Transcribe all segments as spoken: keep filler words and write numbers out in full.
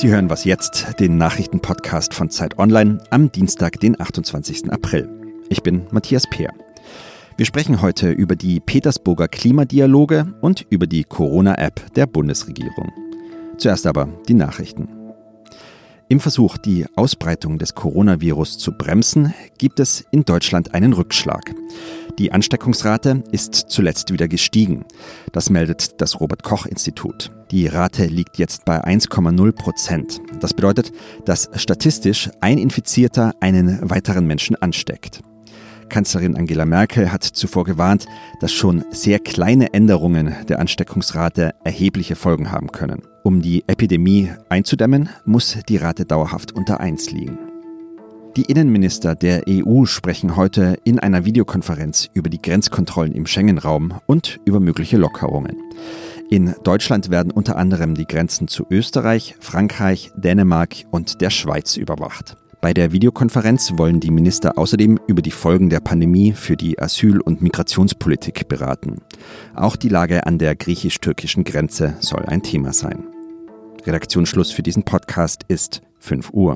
Sie hören Was jetzt, den Nachrichtenpodcast von Zeit Online am Dienstag, den achtundzwanzigsten April. Ich bin Matthias Peer. Wir sprechen heute über die Petersburger Klimadialoge und über die Corona-App der Bundesregierung. Zuerst aber die Nachrichten. Im Versuch, die Ausbreitung des Coronavirus zu bremsen, gibt es in Deutschland einen Rückschlag. Die Ansteckungsrate ist zuletzt wieder gestiegen. Das meldet das Robert-Koch-Institut. Die Rate liegt jetzt bei eins Komma null Prozent. Das bedeutet, dass statistisch ein Infizierter einen weiteren Menschen ansteckt. Kanzlerin Angela Merkel hat zuvor gewarnt, dass schon sehr kleine Änderungen der Ansteckungsrate erhebliche Folgen haben können. Um die Epidemie einzudämmen, muss die Rate dauerhaft unter eins liegen. Die Innenminister der E U sprechen heute in einer Videokonferenz über die Grenzkontrollen im Schengen-Raum und über mögliche Lockerungen. In Deutschland werden unter anderem die Grenzen zu Österreich, Frankreich, Dänemark und der Schweiz überwacht. Bei der Videokonferenz wollen die Minister außerdem über die Folgen der Pandemie für die Asyl- und Migrationspolitik beraten. Auch die Lage an der griechisch-türkischen Grenze soll ein Thema sein. Redaktionsschluss für diesen Podcast ist fünf Uhr.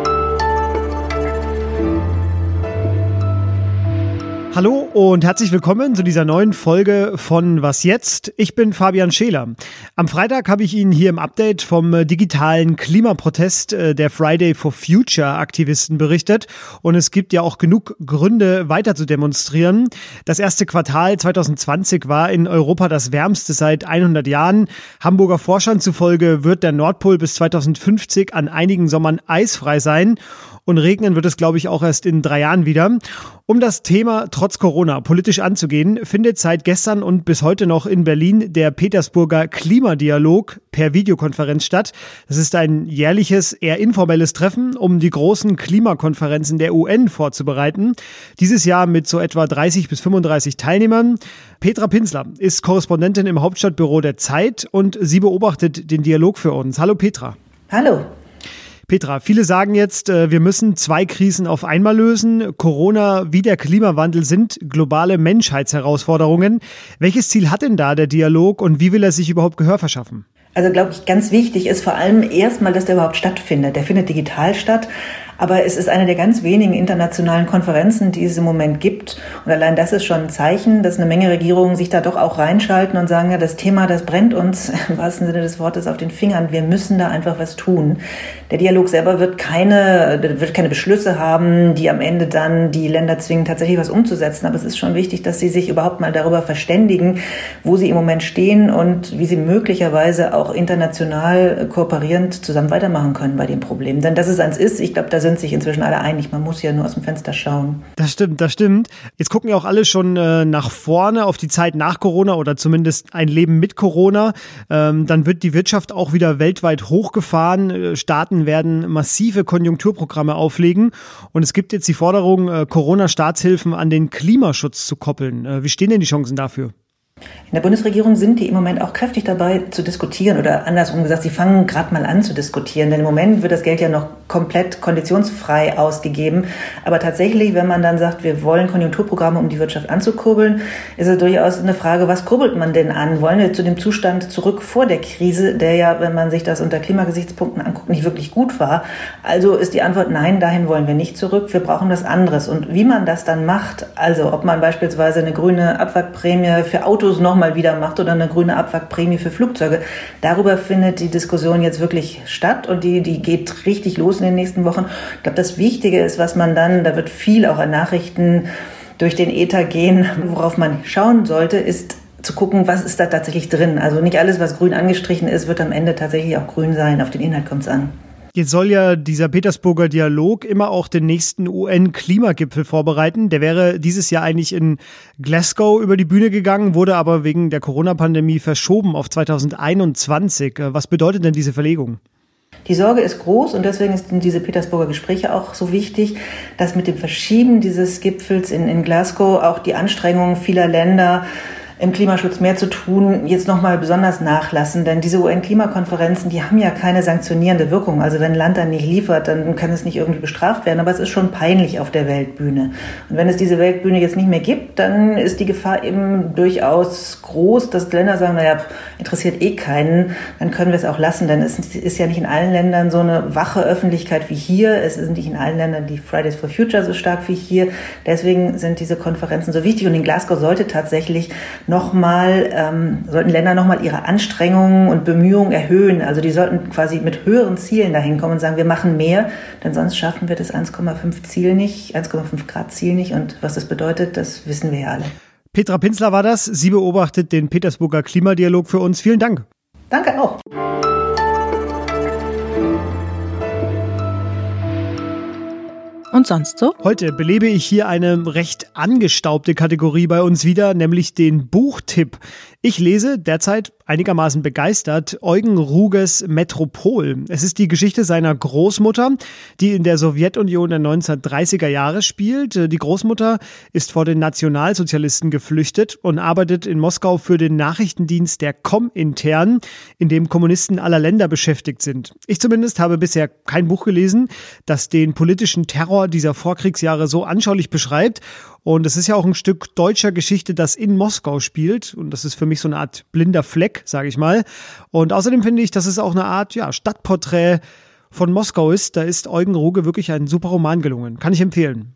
Hallo und herzlich willkommen zu dieser neuen Folge von Was jetzt? Ich bin Fabian Scheler. Am Freitag habe ich Ihnen hier im Update vom digitalen Klimaprotest der Friday for Future Aktivisten berichtet. Und es gibt ja auch genug Gründe, weiter zu demonstrieren. Das erste Quartal zwanzig zwanzig war in Europa das wärmste seit hundert Jahren. Hamburger Forschern zufolge wird der Nordpol bis zweitausendfünfzig an einigen Sommern eisfrei sein. Und regnen wird es, glaube ich, auch erst in drei Jahren wieder. Um das Thema trotz Corona politisch anzugehen, findet seit gestern und bis heute noch in Berlin der Petersburger Klimadialog per Videokonferenz statt. Das ist ein jährliches, eher informelles Treffen, um die großen Klimakonferenzen der U N vorzubereiten. Dieses Jahr mit so etwa dreißig bis fünfunddreißig Teilnehmern. Petra Pinzler ist Korrespondentin im Hauptstadtbüro der Zeit und sie beobachtet den Dialog für uns. Hallo Petra. Hallo. Petra, viele sagen jetzt, wir müssen zwei Krisen auf einmal lösen. Corona wie der Klimawandel sind globale Menschheitsherausforderungen. Welches Ziel hat denn da der Dialog und wie will er sich überhaupt Gehör verschaffen? Also glaube ich, ganz wichtig ist vor allem erstmal, dass der überhaupt stattfindet. Der findet digital statt, aber es ist eine der ganz wenigen internationalen Konferenzen, die es im Moment gibt. Und allein das ist schon ein Zeichen, dass eine Menge Regierungen sich da doch auch reinschalten und sagen, ja, das Thema, das brennt uns im wahrsten Sinne des Wortes auf den Fingern. Wir müssen da einfach was tun. Der Dialog selber wird keine, wird keine Beschlüsse haben, die am Ende dann die Länder zwingen, tatsächlich was umzusetzen. Aber es ist schon wichtig, dass sie sich überhaupt mal darüber verständigen, wo sie im Moment stehen und wie sie möglicherweise auch international kooperierend zusammen weitermachen können bei dem Problem. Denn dass es eins ist, ich glaube, da sind sich inzwischen alle einig. Man muss ja nur aus dem Fenster schauen. Das stimmt, das stimmt. Jetzt gucken ja auch alle schon äh, nach vorne auf die Zeit nach Corona oder zumindest ein Leben mit Corona. Ähm, dann wird die Wirtschaft auch wieder weltweit hochgefahren. Staaten werden massive Konjunkturprogramme auflegen. Und es gibt jetzt die Forderung, äh, Corona-Staatshilfen an den Klimaschutz zu koppeln. Äh, wie stehen denn die Chancen dafür? In der Bundesregierung sind die im Moment auch kräftig dabei zu diskutieren oder andersrum gesagt, sie fangen gerade mal an zu diskutieren. Denn im Moment wird das Geld ja noch komplett konditionsfrei ausgegeben. Aber tatsächlich, wenn man dann sagt, wir wollen Konjunkturprogramme, um die Wirtschaft anzukurbeln, ist es durchaus eine Frage, was kurbelt man denn an? Wollen wir zu dem Zustand zurück vor der Krise, der ja, wenn man sich das unter Klimagesichtspunkten anguckt, nicht wirklich gut war? Also ist die Antwort nein, dahin wollen wir nicht zurück. Wir brauchen was anderes. Und wie man das dann macht, also ob man beispielsweise eine grüne Abwrackprämie für Autos nochmal wieder macht oder eine grüne Abwrackprämie für Flugzeuge. Darüber findet die Diskussion jetzt wirklich statt und die, die geht richtig los in den nächsten Wochen. Ich glaube, das Wichtige ist, was man dann, da wird viel auch an Nachrichten durch den Äther gehen, worauf man schauen sollte, ist zu gucken, was ist da tatsächlich drin. Also nicht alles, was grün angestrichen ist, wird am Ende tatsächlich auch grün sein. Auf den Inhalt kommt es an. Jetzt soll ja dieser Petersburger Dialog immer auch den nächsten U N-Klimagipfel vorbereiten. Der wäre dieses Jahr eigentlich in Glasgow über die Bühne gegangen, wurde aber wegen der Corona-Pandemie verschoben auf zweitausendeinundzwanzig. Was bedeutet denn diese Verlegung? Die Sorge ist groß und deswegen sind diese Petersburger Gespräche auch so wichtig, dass mit dem Verschieben dieses Gipfels in, in Glasgow auch die Anstrengungen vieler Länder im Klimaschutz mehr zu tun, jetzt nochmal besonders nachlassen. Denn diese U N-Klimakonferenzen, die haben ja keine sanktionierende Wirkung. Also wenn ein Land dann nicht liefert, dann kann es nicht irgendwie bestraft werden. Aber es ist schon peinlich auf der Weltbühne. Und wenn es diese Weltbühne jetzt nicht mehr gibt, dann ist die Gefahr eben durchaus groß, dass Länder sagen, naja, interessiert eh keinen, dann können wir es auch lassen. Denn es ist ja nicht in allen Ländern so eine wache Öffentlichkeit wie hier. Es ist nicht in allen Ländern die Fridays for Future so stark wie hier. Deswegen sind diese Konferenzen so wichtig. Und in Glasgow sollte tatsächlich nochmal, ähm, sollten Länder nochmal ihre Anstrengungen und Bemühungen erhöhen. Also die sollten quasi mit höheren Zielen dahin kommen und sagen, wir machen mehr, denn sonst schaffen wir das eins Komma fünf Ziel nicht, eins Komma fünf Grad Ziel nicht. Und was das bedeutet, das wissen wir ja alle. Petra Pinzler war das. Sie beobachtet den Petersburger Klimadialog für uns. Vielen Dank. Danke auch. Und sonst so? Heute belebe ich hier eine recht angestaubte Kategorie bei uns wieder, nämlich den Buchtipp. Ich lese derzeit einigermaßen begeistert Eugen Ruges Metropol. Es ist die Geschichte seiner Großmutter, die in der Sowjetunion der neunzehnhundertdreißiger Jahre spielt. Die Großmutter ist vor den Nationalsozialisten geflüchtet und arbeitet in Moskau für den Nachrichtendienst der Komintern, in dem Kommunisten aller Länder beschäftigt sind. Ich zumindest habe bisher kein Buch gelesen, das den politischen Terror dieser Vorkriegsjahre so anschaulich beschreibt. Und es ist ja auch ein Stück deutscher Geschichte, das in Moskau spielt. Und das ist für mich so eine Art blinder Fleck, sage ich mal. Und außerdem finde ich, dass es auch eine Art ja, Stadtporträt von Moskau ist. Da ist Eugen Ruge wirklich ein super Roman gelungen. Kann ich empfehlen.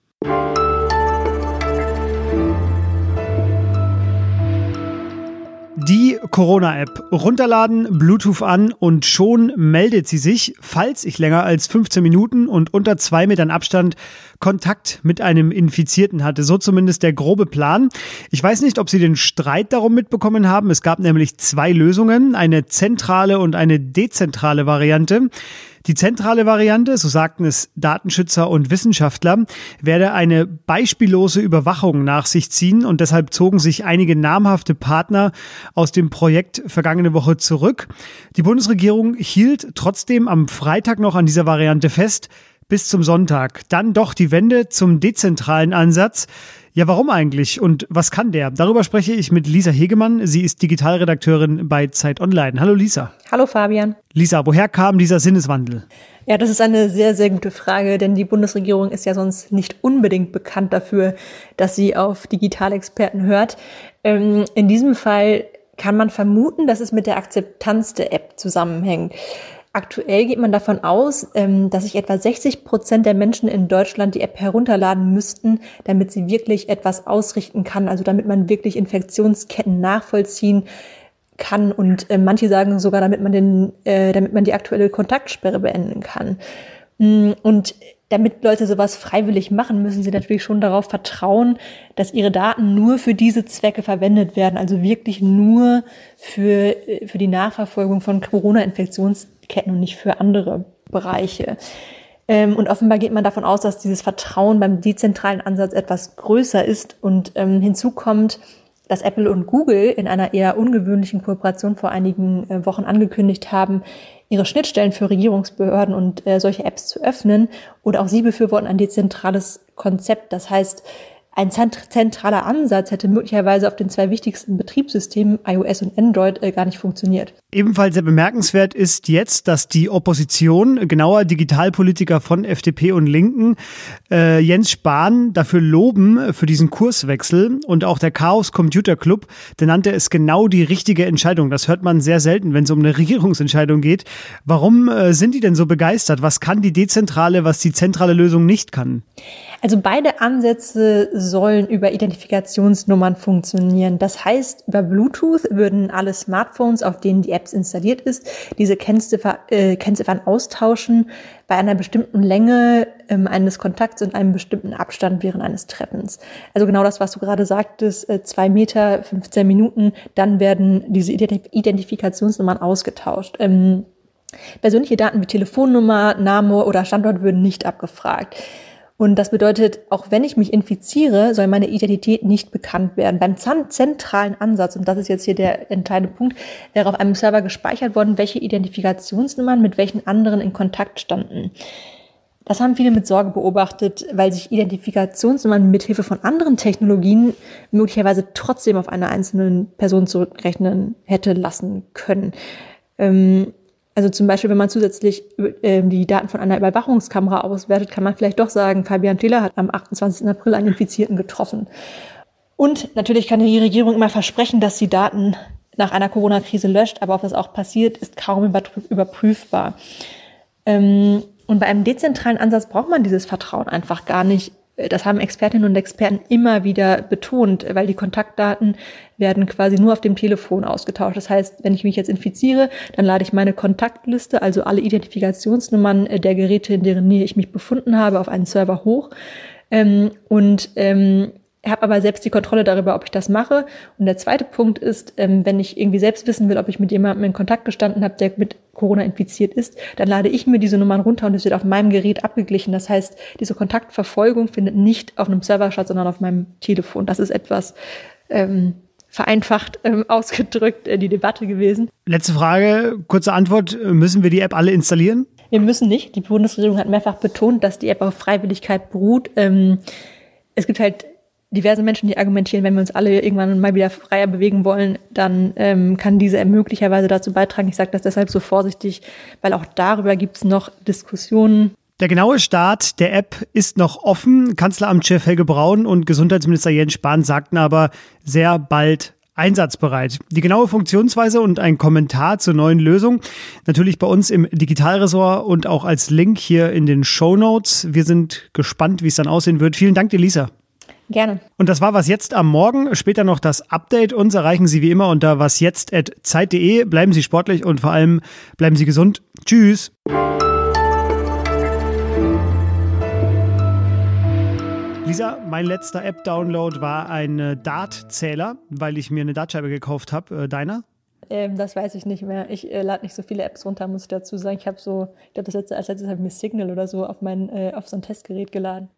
Die Corona-App. Runterladen, Bluetooth an und schon meldet sie sich, falls ich länger als fünfzehn Minuten und unter zwei Metern Abstand Kontakt mit einem Infizierten hatte. So zumindest der grobe Plan. Ich weiß nicht, ob Sie den Streit darum mitbekommen haben. Es gab nämlich zwei Lösungen, eine zentrale und eine dezentrale Variante. Die zentrale Variante, so sagten es Datenschützer und Wissenschaftler, werde eine beispiellose Überwachung nach sich ziehen und deshalb zogen sich einige namhafte Partner aus dem Projekt vergangene Woche zurück. Die Bundesregierung hielt trotzdem am Freitag noch an dieser Variante fest, bis zum Sonntag. Dann doch die Wende zum dezentralen Ansatz. Ja, warum eigentlich und was kann der? Darüber spreche ich mit Lisa Hegemann. Sie ist Digitalredakteurin bei Zeit Online. Hallo Lisa. Hallo Fabian. Lisa, woher kam dieser Sinneswandel? Ja, das ist eine sehr, sehr gute Frage, denn die Bundesregierung ist ja sonst nicht unbedingt bekannt dafür, dass sie auf Digitalexperten hört. Ähm, in diesem Fall kann man vermuten, dass es mit der Akzeptanz der App zusammenhängt. Aktuell geht man davon aus, dass sich etwa sechzig Prozent der Menschen in Deutschland die App herunterladen müssten, damit sie wirklich etwas ausrichten kann, also damit man wirklich Infektionsketten nachvollziehen kann und manche sagen sogar, damit man den, damit man die aktuelle Kontaktsperre beenden kann. Und damit Leute sowas freiwillig machen, müssen sie natürlich schon darauf vertrauen, dass ihre Daten nur für diese Zwecke verwendet werden, also wirklich nur für, für die Nachverfolgung von Corona-Infektionsketten und nicht für andere Bereiche. Und offenbar geht man davon aus, dass dieses Vertrauen beim dezentralen Ansatz etwas größer ist und hinzu kommt, dass Apple und Google in einer eher ungewöhnlichen Kooperation vor einigen äh, Wochen angekündigt haben, ihre Schnittstellen für Regierungsbehörden und äh, solche Apps zu öffnen. Und auch sie befürworten ein dezentrales Konzept. Das heißt, ein zentraler Ansatz hätte möglicherweise auf den zwei wichtigsten Betriebssystemen, iOS und Android, äh, gar nicht funktioniert. Ebenfalls sehr bemerkenswert ist jetzt, dass die Opposition, genauer Digitalpolitiker von F D P und Linken, äh, Jens Spahn dafür loben, für diesen Kurswechsel. Und auch der Chaos Computer Club, der nannte es genau die richtige Entscheidung. Das hört man sehr selten, wenn es um eine Regierungsentscheidung geht. Warum äh, sind die denn so begeistert? Was kann die dezentrale, was die zentrale Lösung nicht kann? Also beide Ansätze sollen über Identifikationsnummern funktionieren. Das heißt, über Bluetooth würden alle Smartphones, auf denen die Apps installiert ist, diese Kennziffer, äh, Kennziffern austauschen bei einer bestimmten Länge ähm, eines Kontakts und einem bestimmten Abstand während eines Treffens. Also genau das, was du gerade sagtest, äh, zwei Meter, fünfzehn Minuten, dann werden diese Identif- Identifikationsnummern ausgetauscht. Ähm, persönliche Daten wie Telefonnummer, Name oder Standort würden nicht abgefragt. Und das bedeutet, auch wenn ich mich infiziere, soll meine Identität nicht bekannt werden. Beim zentralen Ansatz, und das ist jetzt hier der entscheidende Punkt, wäre auf einem Server gespeichert worden, welche Identifikationsnummern mit welchen anderen in Kontakt standen. Das haben viele mit Sorge beobachtet, weil sich Identifikationsnummern mithilfe von anderen Technologien möglicherweise trotzdem auf eine einzelne Person zurückrechnen hätte lassen können. Ähm, also zum Beispiel, wenn man zusätzlich äh, die Daten von einer Überwachungskamera auswertet, kann man vielleicht doch sagen, Fabian Scheler hat am achtundzwanzigsten April einen Infizierten getroffen. Und natürlich kann die Regierung immer versprechen, dass sie Daten nach einer Corona-Krise löscht, aber ob das auch passiert, ist kaum überprüfbar. Ähm, Und bei einem dezentralen Ansatz braucht man dieses Vertrauen einfach gar nicht. Das haben Expertinnen und Experten immer wieder betont, weil die Kontaktdaten werden quasi nur auf dem Telefon ausgetauscht. Das heißt, wenn ich mich jetzt infiziere, dann lade ich meine Kontaktliste, also alle Identifikationsnummern der Geräte, in deren Nähe ich mich befunden habe, auf einen Server hoch. Und habe aber selbst die Kontrolle darüber, ob ich das mache. Und der zweite Punkt ist, ähm, wenn ich irgendwie selbst wissen will, ob ich mit jemandem in Kontakt gestanden habe, der mit Corona infiziert ist, dann lade ich mir diese Nummern runter und es wird auf meinem Gerät abgeglichen. Das heißt, diese Kontaktverfolgung findet nicht auf einem Server statt, sondern auf meinem Telefon. Das ist etwas ähm, vereinfacht ähm, ausgedrückt äh, die Debatte gewesen. Letzte Frage, kurze Antwort. Müssen wir die App alle installieren? Wir müssen nicht. Die Bundesregierung hat mehrfach betont, dass die App auf Freiwilligkeit beruht. Ähm, es gibt halt diverse Menschen, die argumentieren, wenn wir uns alle irgendwann mal wieder freier bewegen wollen, dann ähm, kann diese möglicherweise dazu beitragen. Ich sage das deshalb so vorsichtig, weil auch darüber gibt es noch Diskussionen. Der genaue Start der App ist noch offen. Kanzleramtschef Helge Braun und Gesundheitsminister Jens Spahn sagten aber sehr bald einsatzbereit. Die genaue Funktionsweise und ein Kommentar zur neuen Lösung natürlich bei uns im Digitalressort und auch als Link hier in den Shownotes. Wir sind gespannt, wie es dann aussehen wird. Vielen Dank dir, Lisa. Gerne. Und das war Was Jetzt am Morgen. Später noch das Update. Uns erreichen Sie wie immer unter wasjetzt at zeit punkt de. Bleiben Sie sportlich und vor allem bleiben Sie gesund. Tschüss. Lisa, mein letzter App-Download war ein Dartzähler, weil ich mir eine Dartscheibe gekauft habe. Deiner? Ähm, das weiß ich nicht mehr. Ich äh, lade nicht so viele Apps runter, muss ich dazu sagen. Ich habe so, ich glaube, das letzte, als letztes habe ich mir Signal oder so auf mein, äh, auf so ein Testgerät geladen.